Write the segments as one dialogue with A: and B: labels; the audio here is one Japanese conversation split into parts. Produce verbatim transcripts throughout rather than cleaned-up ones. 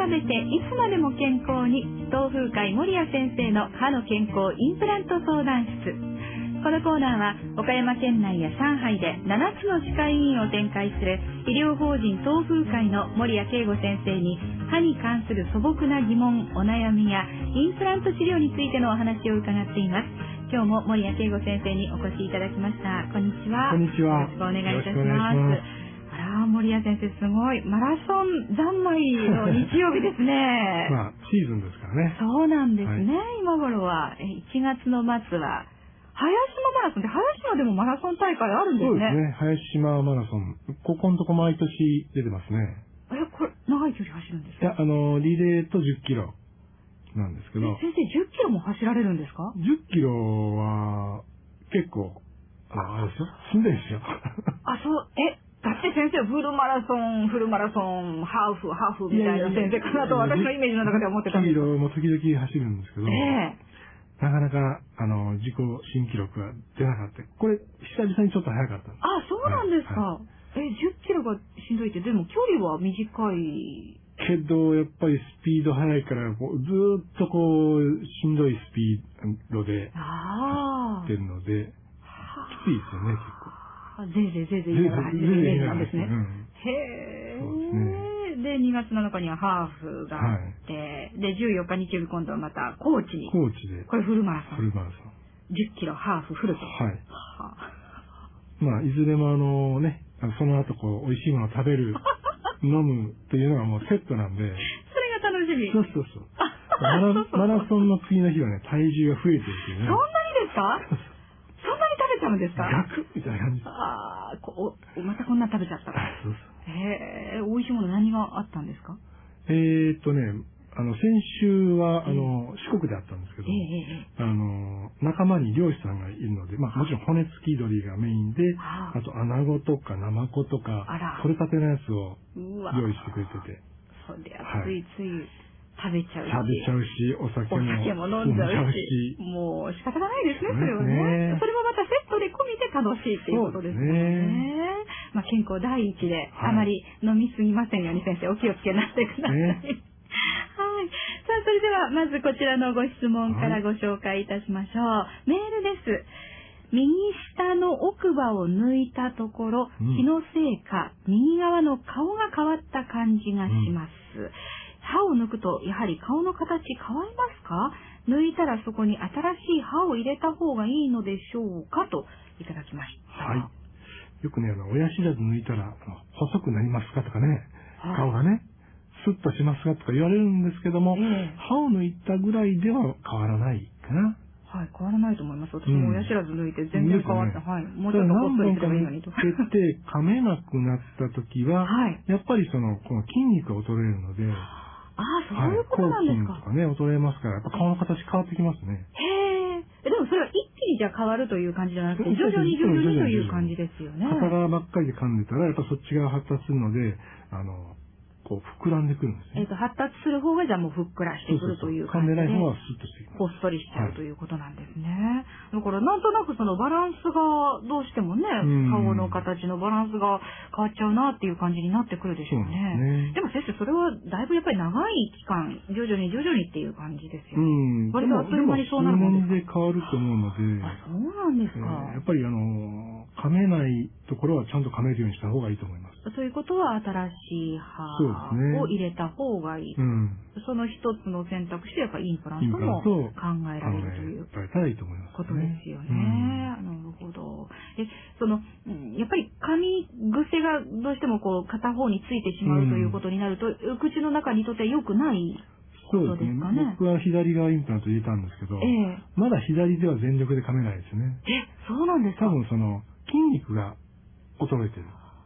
A: べていつまでも健康に、東風会守谷先生の歯の健康インプラント相談室。このコーナーは岡山県内や上海でななつの歯科医院を展開する医療法人東風会の守谷慶吾先生に、歯に関する素朴な疑問、お悩みやインプラント治療についてのお話を伺っています。今日も守谷慶吾先生にお越しいただきました。こんにちは。
B: こんにちは。
A: よろしくお願いいたします。あら、守谷先生、すごいマラソン三昧の日曜日ですね。
B: まあシーズンですからね。
A: そうなんですね、はい、今頃はいちがつの末は林島マラソンで、林島でもマラソン大会あるんですね。
B: そうですね、林島マラソン、ここのとこ毎年出てますね。
A: え、これ長い距離走るんですか？
B: いや、あのリレーとじゅっキロなんですけど。
A: 先生、じゅっキロも走られるんですか？
B: じゅっキロは結構ああれですよ、しんどいですよ。
A: あ、そう、え、だって先生、フルマラソン、フルマラソン、ハーフ、ハーフみたいな先生かなと私のイメージの中では思ってたんですけど。
B: じゅっキロも時々走るんですけど、えー、なかなかあの自己新記録が出なかった。これ久々にちょっと早かったんです。
A: あ、そうなんですか。はい、え、じゅっキロがしんどいって、でも距離は短い
B: けど、やっぱりスピード速いから、こうずーっとこうしんどいスピードで走ってるので、きついですよね、結構。
A: ぜいぜいぜいぜい言いながら走ってるイメージなんですね。うん、へー。
B: そうですね。
A: で、にがつなのかにはハーフがあって、はい、で、じゅうよっか日曜日今度はまた高知に。
B: 高知で。
A: これフルマラソン。
B: フルマラソン。
A: じゅっキロ、ハーフ、フルと。
B: はい。はあ、まあ、いずれもあのね、その後こう、美味しいものを食べる、飲むというのがもうセットなんで。
A: それが楽しみ。
B: そうそうそう。マラ、マラソンの次の日はね、体重が増えてるっていうね。
A: そんなにですか？そんなに食べちゃうんですか？
B: ガクッみたいな感じ。
A: ああ、こう、またこんな食べちゃったら。そうそう。へえ、美味しいもの何があったんですか？
B: えーっとね、あの、先週は、あの、四国であったんですけど、あの、仲間に漁師さんがいるので、まあ、もちろん骨付き鳥がメインで、あと、穴子とかナマコとか、取れたてのやつを用意してくれてて。
A: そりゃ、ついつい食べちゃうし。
B: 食べちゃうし、お酒も。
A: お酒も飲んじゃうし。もう仕方がないですね、それはね。それもまたセットで込みで楽しいっていうことですね。まあ、健康第一で、あまり飲みすぎませんように先生、お気をつけになってください。はい。さあ、それでは、まずこちらのご質問からご紹介いたしましょう。はい、メールです。右下の奥歯を抜いたところ、うん、気のせいか、右側の顔が変わった感じがします。うん、歯を抜くと、やはり顔の形変わりますか？抜いたらそこに新しい歯を入れた方がいいのでしょうか？といただきました。
B: はい。よくね、あの、親知らず抜いたら、細くなりますかとかね、はい、顔がね、スッとしますかとか言われるんですけども、えー、歯を抜いたぐらいでは変わらないかな。
A: はい、変わらないと思います。私も親知らず抜いて全然変わって、うん、はい。もうちょっとこっそりすればいいのにと。
B: 何本か抜けて噛めなくなった時は、はい、やっぱりその、この筋肉が衰えるので、
A: ああ、そういうことなんですか。
B: はい、口筋とかね、衰えますから、やっぱ顔の形変わってきますね。
A: へえ。でもそれは一気にじゃ変わるという感じじゃなくて、徐々に徐々にという感じですよね。
B: 片側ばっかりで噛んでたら、やっぱそっち側発達するので、あの、こう膨らんでくるんですね。
A: えっと、発達する方がじゃあもうふっくらしてくるという感じで。
B: 噛んでない方はスッとしてきます。
A: ほっそりしちゃうということなんですね。だからなんとなくそのバランスがどうしてもね、顔の形のバランスが変わっちゃうなっていう感じになってくるでしょうね。でも先生、それはだいぶやっぱり長い期間、徐々に徐々にっていう感じですよね。
B: うん。
A: 割とあっという間にそうなるもんですか。
B: 数年で変わると思うので。
A: あ、そうなんですか。
B: えー、やっぱりあの、噛めないところはちゃんと噛めるようにした方がいいと思います。
A: そういうことは新しい歯を入れた方がいい。うん、その一つの選択肢でやっぱりインプラントも考えられるということですよね。なるほど。え、その、やっぱり噛み癖がどうしてもこう片方についてしまうということになると、うん、口の中にとって良くないことですかね。
B: そうですね。僕は左側インプラント入れたんですけど、ええ、まだ左では全力で噛めないですね。
A: え、そうなんですか？
B: 多分その筋肉が衰えてる。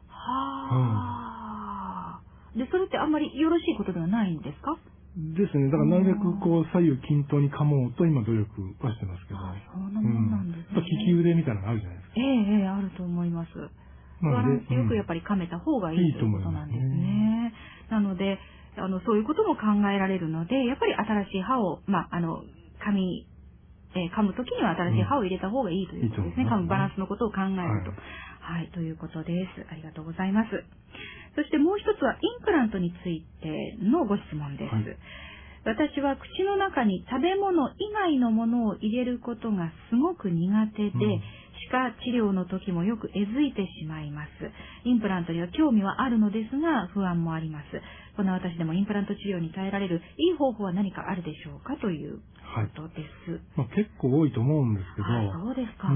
A: はあ、うん。で、それってあんまりよろしいことではないんですか？
B: ですね。だからなるべくこう左右均等に噛もうと今努力はしてますけど。
A: あ、そうなもんなんですね。
B: うん、利き腕みたいなのがあるじゃないですか。
A: ええええ、あると思います。バランスよくやっぱり噛めた方がいい、うん、ということなんですね。なので、あの、そういうことも考えられるので、やっぱり新しい歯を、まあ、あの、噛み、えー、噛むときには新しい歯を入れた方がいいということですね。うん、いいと思いますね。噛むバランスのことを考えると。はい、 はい、ということです。ありがとうございます。そしてもう一つはインプラントについてのご質問です。はい、私は口の中に食べ物以外のものを入れることがすごく苦手で、うん、歯科治療の時もよくえずいてしまいます。インプラントには興味はあるのですが不安もあります。こんな私でもインプラント治療に耐えられるいい方法は何かあるでしょうかということです。はい、
B: まあ、結構多いと思うんですけど。
A: あ、そうですか。
B: うん。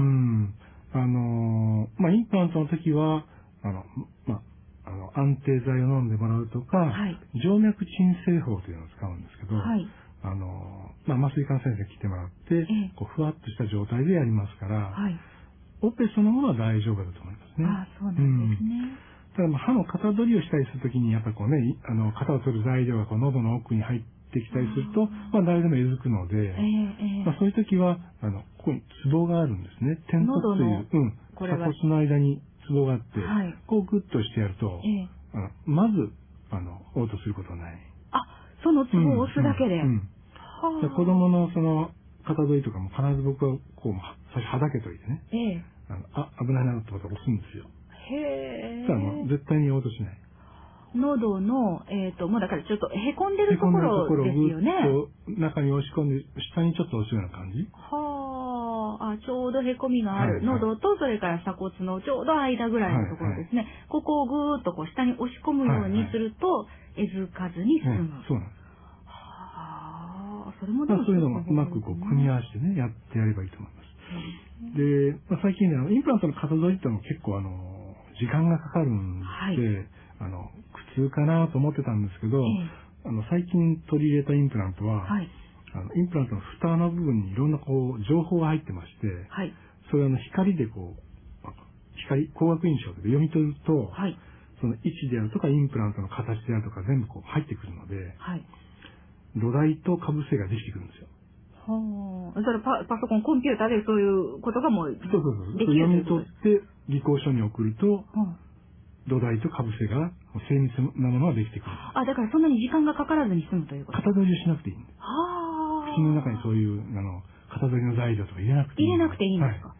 B: あのー、まあ、インプラントの時は、あの、まあ、あの、安定剤を飲んでもらうとか、はい、静脈鎮静法というのを使うんですけど、はい、あの、まあ、麻酔科の先生に来てもらって、ええ、こうふわっとした状態でやりますから、はい、オペそのものは大丈夫だと思いますね。
A: ああ、そうなんですね。
B: うん、ただ、まあ、歯の型取りをしたりするときに、やっぱりこうね、あの、型を取る材料がこう喉の奥に入ってきたりすると、まあ、誰でもえずくので、ええ、まあ、そういうときは、あの、ここにツボがあるんですね。点骨という、うん、鎖骨の間にツボがあって、はい、こうグッとしてやると、ええ、あのまず、あの、嘔吐することはない。
A: あ、そのツボを押すだけで。うんうん
B: うん、子供のその、型取りとかも必ず僕はこう、最初はだけといてね。ええ、あのあ、危ないなと思ったら押すんですよ。
A: へえ。
B: そしたらもう絶対に嘔吐しない。
A: 喉の、えっ、ー、と、もうだからちょっとへこんでるところですよね。
B: へこんでるところをぐっと中に押し込んで、下にちょっと押すような感じ。
A: はあ、あ、ちょうどへこみがある、はいはい、喉とそれから鎖骨のちょうど間ぐらいのところですね。はいはい、ここをぐーっとこう下に押し込むようにすると、はいはい、えずかずに済む。
B: はい、そうなんです。
A: はあ、それもでも、
B: まあ、そういうのもうまくこう組み合わせてね、やってやればいいと思います。で、まあ、最近ね、インプラントの型取りってのも結構あの、時間がかかるんで、はい、あの、苦痛かなと思ってたんですけど、ええ、あの、最近取り入れたインプラントは、はい、あのインプラントの蓋の部分にいろんなこう、情報が入ってまして、はい、それをあの光でこう、光、光学印象で読み取ると、はい、その位置であるとか、インプラントの形であるとか全部こう入ってくるので、はい、土台と被せができてくるんですよ。
A: はあ、それパ、パソコン、コンピューターでそういうことがもうできる。
B: そうそうそう。読み取って技工所に送ると、はあ、土台と被せが精密なものができてくる。
A: あ、だからそんなに時間がかからずに済むということですか。
B: 型取りをしなくていいんです。はあ。口の中にそういう、あの、型取りの材料とか入れなくていい。
A: 入れなくていいんですか。はい、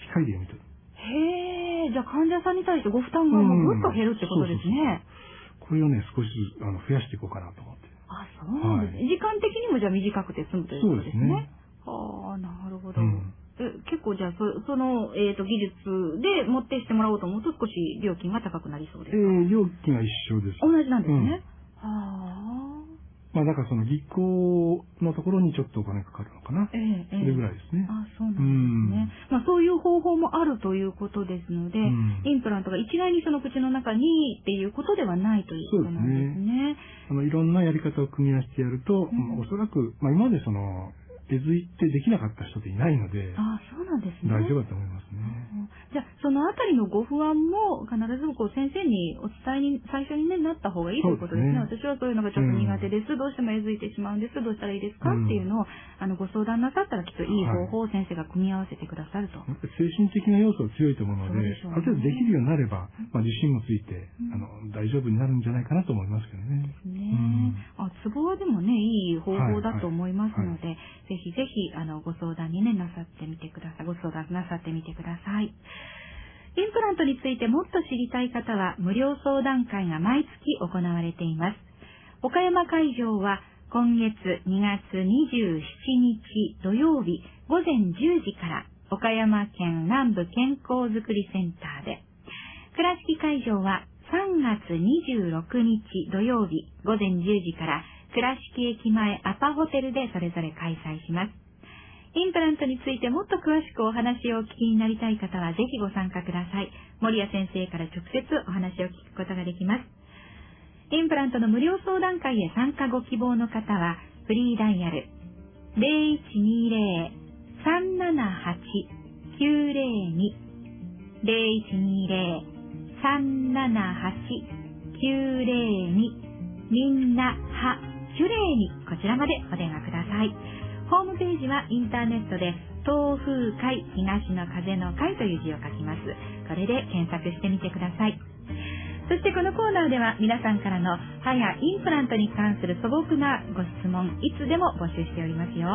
B: 光で読み取る。
A: へえ、じゃあ患者さんに対してご負担がもうぐっと減るってことですね。
B: これをね、少しずつあの増やしていこうかなと思って。
A: あ、そうなんですね。はい、時間的にもじゃあ短くて済むということですね。そうですね。はあ、なるほど。うん、え結構じゃあそ、その、えーと、技術で持ってしてもらおうと思うと少し料金が高くなりそうですか。
B: えー、料金は一緒です。
A: 同じなんですね。うん、はあ。
B: まあだからその技工のところにちょっとお金かかるのかな。ええええ、それぐらいですね。
A: あ、そうなんですね。うん、まあそういう方法もあるということですので、うん、インプラントが一概にその口の中にっていうことではないということなんですね。そうですね。
B: あのいろんなやり方を組み合わせてやると、うん、おそらく、まあ今までその、えずいってできなかった人っていないので、
A: ああ、そうなんですね。
B: 大丈夫だと思いますね。
A: じゃあ、そのあたりのご不安も必ずこう先生にお伝えに、最初にね、なった方がいいということですね。すね、私はそういうのがちょっと苦手です、うん。どうしてもえずいてしまうんです。どうしたらいいですか、うん、っていうのを、あの、ご相談なさったらきっといい方法を先生が組み合わせてくださると。
B: はい、精神的な要素が強いと思うので、でね、ある程度できるようになれば、まあ、自信もついて、うん、あの、大丈夫になるんじゃないかなと思いますけどね。
A: ですね。うん、あ、ツボはでもね、いい方法だと思いますので、はいはい、ぜひぜひ、あの、ご相談にね、なさってみてください。ご相談なさってみてください。インプラントについてもっと知りたい方は、無料相談会が毎月行われています。岡山会場は、今月にがつにじゅうしちにち土曜日ごぜんじゅうじから、岡山県南部健康づくりセンターで、倉敷会場はさんがつにじゅうろくにち土曜日ごぜんじゅうじから、倉敷駅前アパホテルでそれぞれ開催します。インプラントについてもっと詳しくお話をお聞きになりたい方はぜひご参加ください。森谷先生から直接お話を聞くことができます。インプラントの無料相談会へ参加ご希望の方はフリーダイヤル ゼロいちにゼロ さんななはち きゅうゼロに ゼロいちにゼロ さんななはち きゅうゼロに みんなはキュレイにこちらまでお電話ください。ホームページはインターネットで東風会東の風の会という字を書きます。これで検索してみてください。そしてこのコーナーでは皆さんからの歯やインプラントに関する素朴なご質問いつでも募集しておりますよ。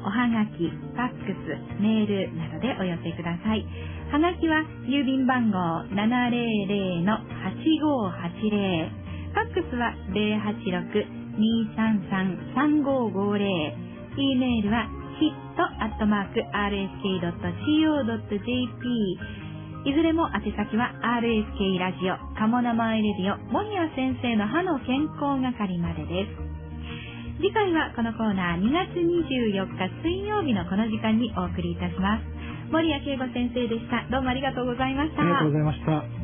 A: おはがき、ファックス、メールなどでお寄せください。はがきは郵便番号 ななぜろぜろ はちごはちぜろ、ファックスは ゼロはちろく にーさんさん さんごごぜろ、e メールは ヒット アットマーク アールエスケー ドット シーオー ドット ジェーピー、 いずれも宛先は アールエスケー ラジオ鴨名前レディオ森谷先生の歯の健康係までです。次回はこのコーナーにがつにじゅうよっか水曜日のこの時間にお送りいたします。森谷慶吾先生でした。どうもありがとうございました。
B: ありがとうございました。